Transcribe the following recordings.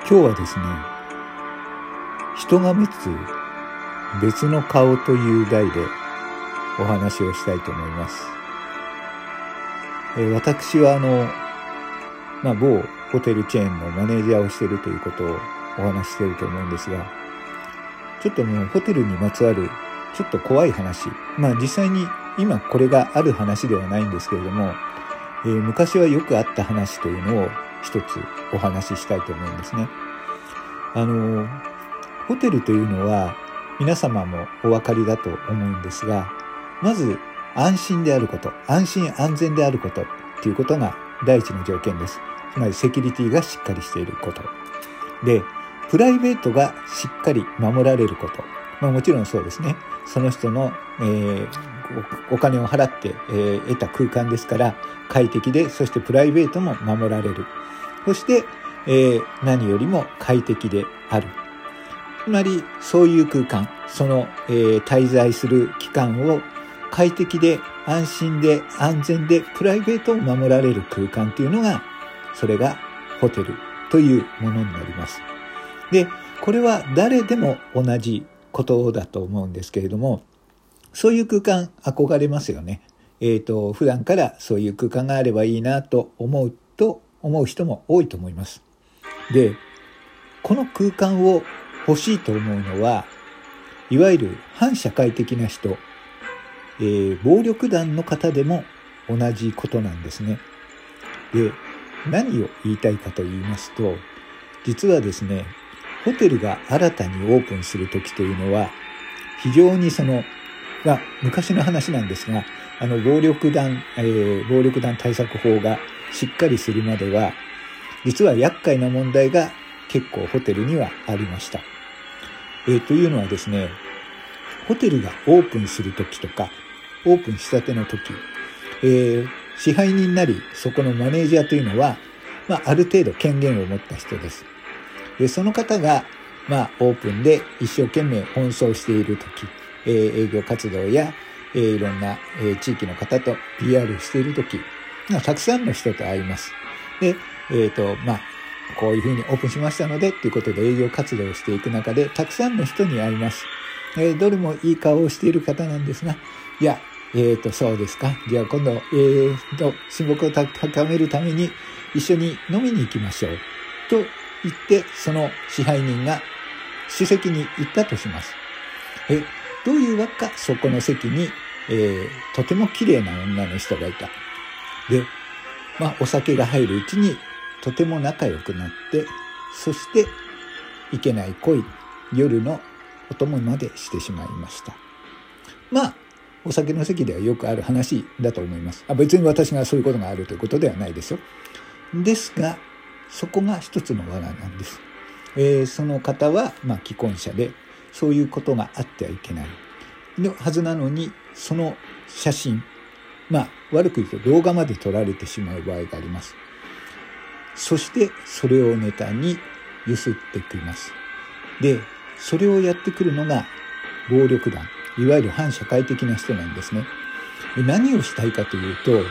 今日はですね、人が持つ別の顔という題でお話をしたいと思います。私は某ホテルチェーンのマネージャーをしているということをお話ししていると思うんですが、ちょっとホテルにまつわるちょっと怖い話、実際に今これがある話ではないんですけれども、昔はよくあった話というのを一つお話ししたいと思うんですね。ホテルというのは皆様もお分かりだと思うんですが、まず安心であること、安心安全であることということが第一の条件です。つまりセキュリティがしっかりしていることで、プライベートがしっかり守られること、もちろんそうですね。その人の、お金を払って、得た空間ですから快適で、そしてプライベートも守られる。そして、何よりも快適である。つまりそういう空間、その、滞在する期間を快適で安心で安全でプライベートを守られる空間というのが、それがホテルというものになります。で、これは誰でも同じことだと思うんですけれども、そういう空間憧れますよね。普段からそういう空間があればいいなと思う人も多いと思います。で、この空間を欲しいと思うのは、いわゆる反社会的な人、暴力団の方でも同じことなんですね。で、何を言いたいかと言いますと、実はですね、ホテルが新たにオープンするときというのは、非常に昔の話なんですが、暴力団対策法がしっかりするまでは、実は厄介な問題が結構ホテルにはありました。というのはですね、ホテルがオープンするときとか、オープンしたてのとき、支配人なり、そこのマネージャーというのは、ある程度権限を持った人です。で、その方が、オープンで一生懸命奔走しているとき、営業活動や、いろんな、地域の方と PR しているとき、たくさんの人と会います。で、こういうふうにオープンしましたので、ということで営業活動をしていく中で、たくさんの人に会います。どれもいい顔をしている方なんですが、いや、そうですか。じゃあ今度、親睦を高めるために一緒に飲みに行きましょう。と言って、その支配人が主席に行ったとします。どういうわけか、そこの席に、とても綺麗な女の人がいた。で、お酒が入るうちにとても仲良くなって、そしていけない恋、夜のお供までしてしまいました。お酒の席ではよくある話だと思います。別に私がそういうことがあるということではないですよ。ですが、そこが一つの罠なんです。その方は既婚者で、そういうことがあってはいけないのはずなのに、その写真、悪く言うと動画まで撮られてしまう場合があります。そしてそれをネタにゆすってきます。で、それをやってくるのが暴力団、いわゆる反社会的な人なんですね。で、何をしたいかというと、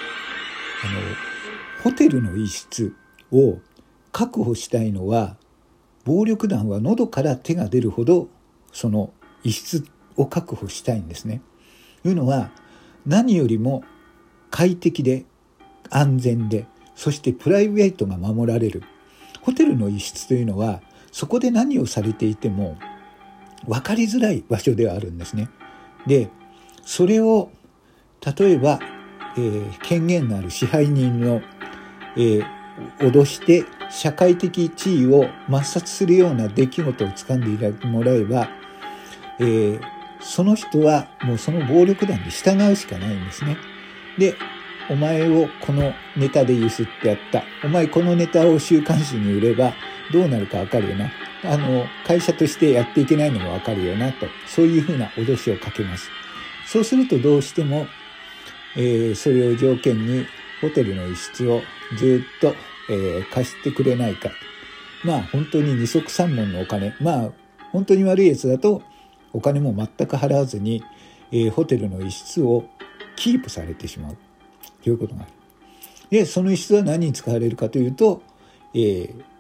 ホテルの一室を確保したいのは、暴力団は喉から手が出るほどその一室を確保したいんですね。というのは、何よりも快適で安全で、そしてプライベートが守られる。ホテルの一室というのは、そこで何をされていても分かりづらい場所ではあるんですね。で、それを例えば、権限のある支配人の、脅して社会的地位を抹殺するような出来事を掴んでもらえば、その人はもうその暴力団に従うしかないんですね。で、お前をこのネタでゆすってやった。お前このネタを週刊誌に売ればどうなるかわかるよな。会社としてやっていけないのもわかるよなと。そういうふうな脅しをかけます。そうするとどうしても、それを条件にホテルの一室をずっと、貸してくれないか。本当に二足三文のお金。本当に悪いやつだとお金も全く払わずに、ホテルの一室をキープされてしまうということがある。で、その一室は何に使われるかというと、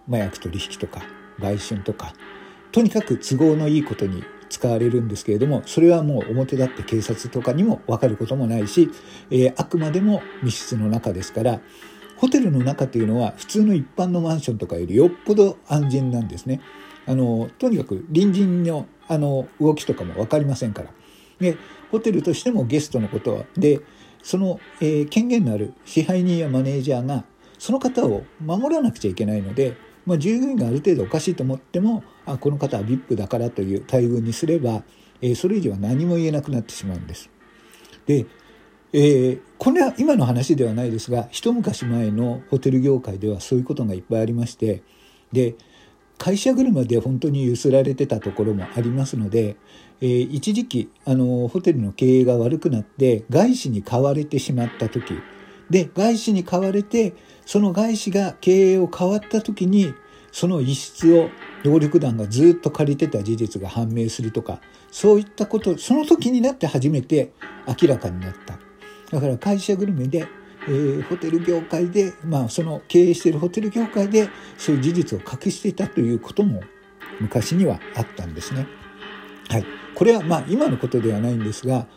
麻薬取引とか売春とか、とにかく都合のいいことに使われるんですけれども、それはもう表立って警察とかにも分かることもないし、あくまでも密室の中ですから、ホテルの中というのは普通の一般のマンションとかよりよっぽど安全なんですね。とにかく隣人の動きとかも分かりませんから。で、ホテルとしてもゲストのことはで、その、権限のある支配人やマネージャーがその方を守らなくちゃいけないので、従業員がある程度おかしいと思っても、この方は VIP だからという待遇にすれば、それ以上は何も言えなくなってしまうんです。で、これは今の話ではないですが、一昔前のホテル業界ではそういうことがいっぱいありまして、で、会社車で本当にゆすられてたところもありますので、一時期ホテルの経営が悪くなって外資に買われてしまった時で、外資に買われて、その外資が経営を変わった時に、その一室を暴力団がずっと借りてた事実が判明するとか、そういったこと、その時になって初めて明らかになった。だから会社ぐるみで、ホテル業界で、その経営しているホテル業界でそういう事実を隠していたということも昔にはあったんですね。はい、これは今のことではないんですが、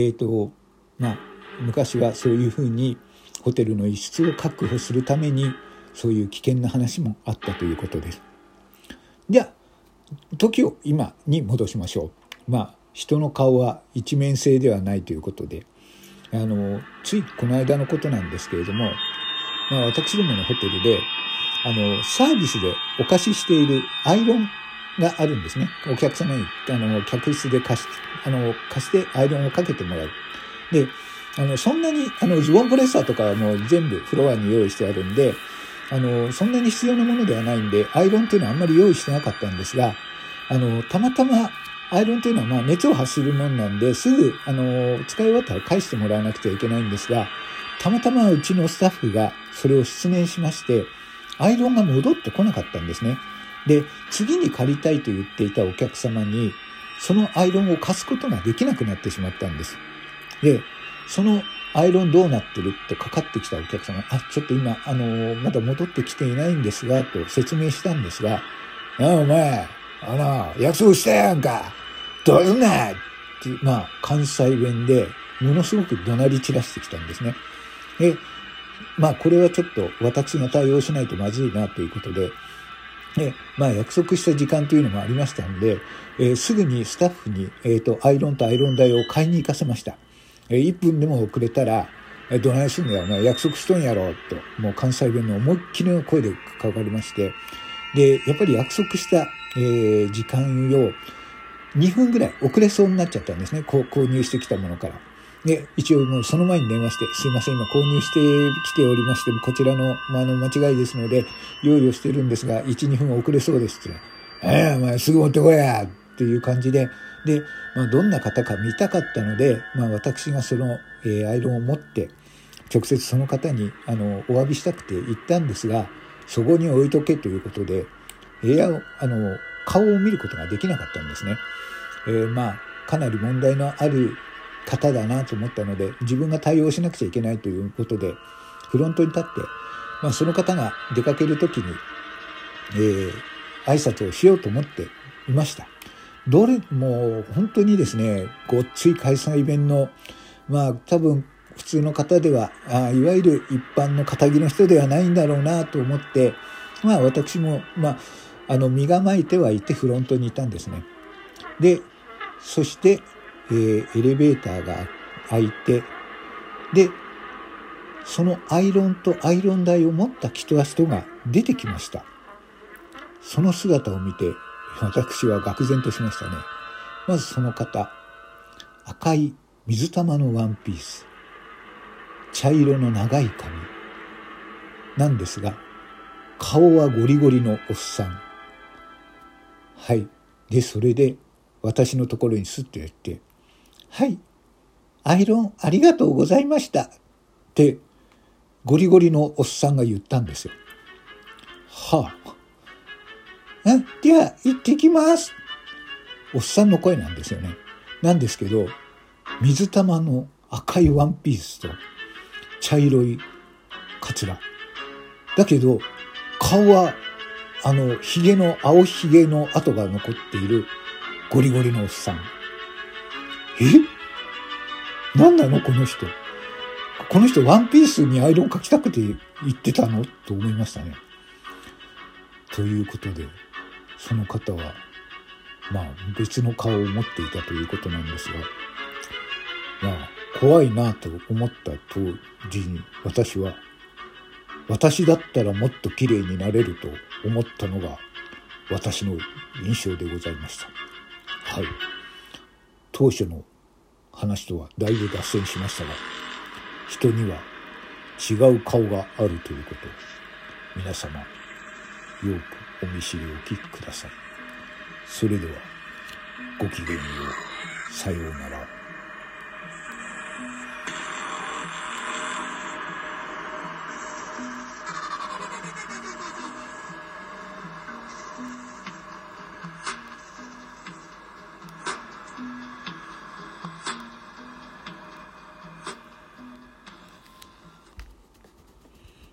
昔はそういうふうにホテルの一室を確保するためにそういう危険な話もあったということです。では時を今に戻しましょう。人の顔は一面性ではないということで、ついこの間のことなんですけれども、私どものホテルでサービスでお貸ししているアイロンがあるんですね。お客様に客室で貸してアイロンをかけてもらう。で、そんなにズボンプレッサーとかはもう全部フロアに用意してあるんで、そんなに必要なものではないんで、アイロンっていうのはあんまり用意してなかったんですが、たまたまアイロンというのは熱を発するもんなんで、すぐ使い終わったら返してもらわなくちゃいけないんですが、たまたまうちのスタッフがそれを失念しまして、アイロンが戻ってこなかったんですね。で、次に借りたいと言っていたお客様にそのアイロンを貸すことができなくなってしまったんです。で、そのアイロンどうなってるってかかってきたお客様、ちょっと今まだ戻ってきていないんですがと説明したんですが、お前約束したやんか、どうすんなって、関西弁でものすごく怒鳴り散らしてきたんですね。で、これはちょっと私が対応しないとまずいなということで、約束した時間というのもありましたので、すぐにスタッフに、アイロンとアイロン台を買いに行かせました。1分でも遅れたら、どないすんだよ、お前約束しとんやろと、もう関西弁の思いっきりの声でかかりまして、で、やっぱり約束した、時間を2分ぐらい遅れそうになっちゃったんですね。購入してきたものから。で、一応もうその前に電話して、すいません、今購入してきておりまして、こちらの、間違いですので、用意をしてるんですが、1、2分遅れそうですって。お前すぐ持ってこいやっていう感じで、で、どんな方か見たかったので、私がその、アイロンを持って、直接その方に、お詫びしたくて行ったんですが、そこに置いとけということで、顔を見ることができなかったんですね。かなり問題のある方だなと思ったので、自分が対応しなくちゃいけないということで、フロントに立って、その方が出かけるときに、挨拶をしようと思っていました。どれも本当にですね、ごっつい関西弁の、多分普通の方では、いわゆる一般の堅気の人ではないんだろうなと思って、私も、身構えてはいてフロントにいたんですね。で、そして、エレベーターが開いて、で、そのアイロンとアイロン台を持った人が出てきました。その姿を見て、私は愕然としましたね。まずその方、赤い水玉のワンピース、茶色の長い髪なんですが、顔はゴリゴリのおっさん。はい。で、それで私のところにスッと言って、はい、アイロンありがとうございましたってゴリゴリのおっさんが言ったんですよ。では行ってきます。おっさんの声なんですよね。なんですけど、水玉の赤いワンピースと茶色いカツラだけど顔は青ひげの跡が残っているゴリゴリのおっさん。なんなのこの人。この人ワンピースにアイロン描きたくて言ってたのと思いましたね。ということで、その方は、別の顔を持っていたということなんですが、怖いなと思った当時に私だったらもっと綺麗になれると思ったのが私の印象でございました。はい。当初の話とはだいぶ脱線しましたが、人には違う顔があるということを皆様よくお見知りおきください。それではごきげんよう。さようなら。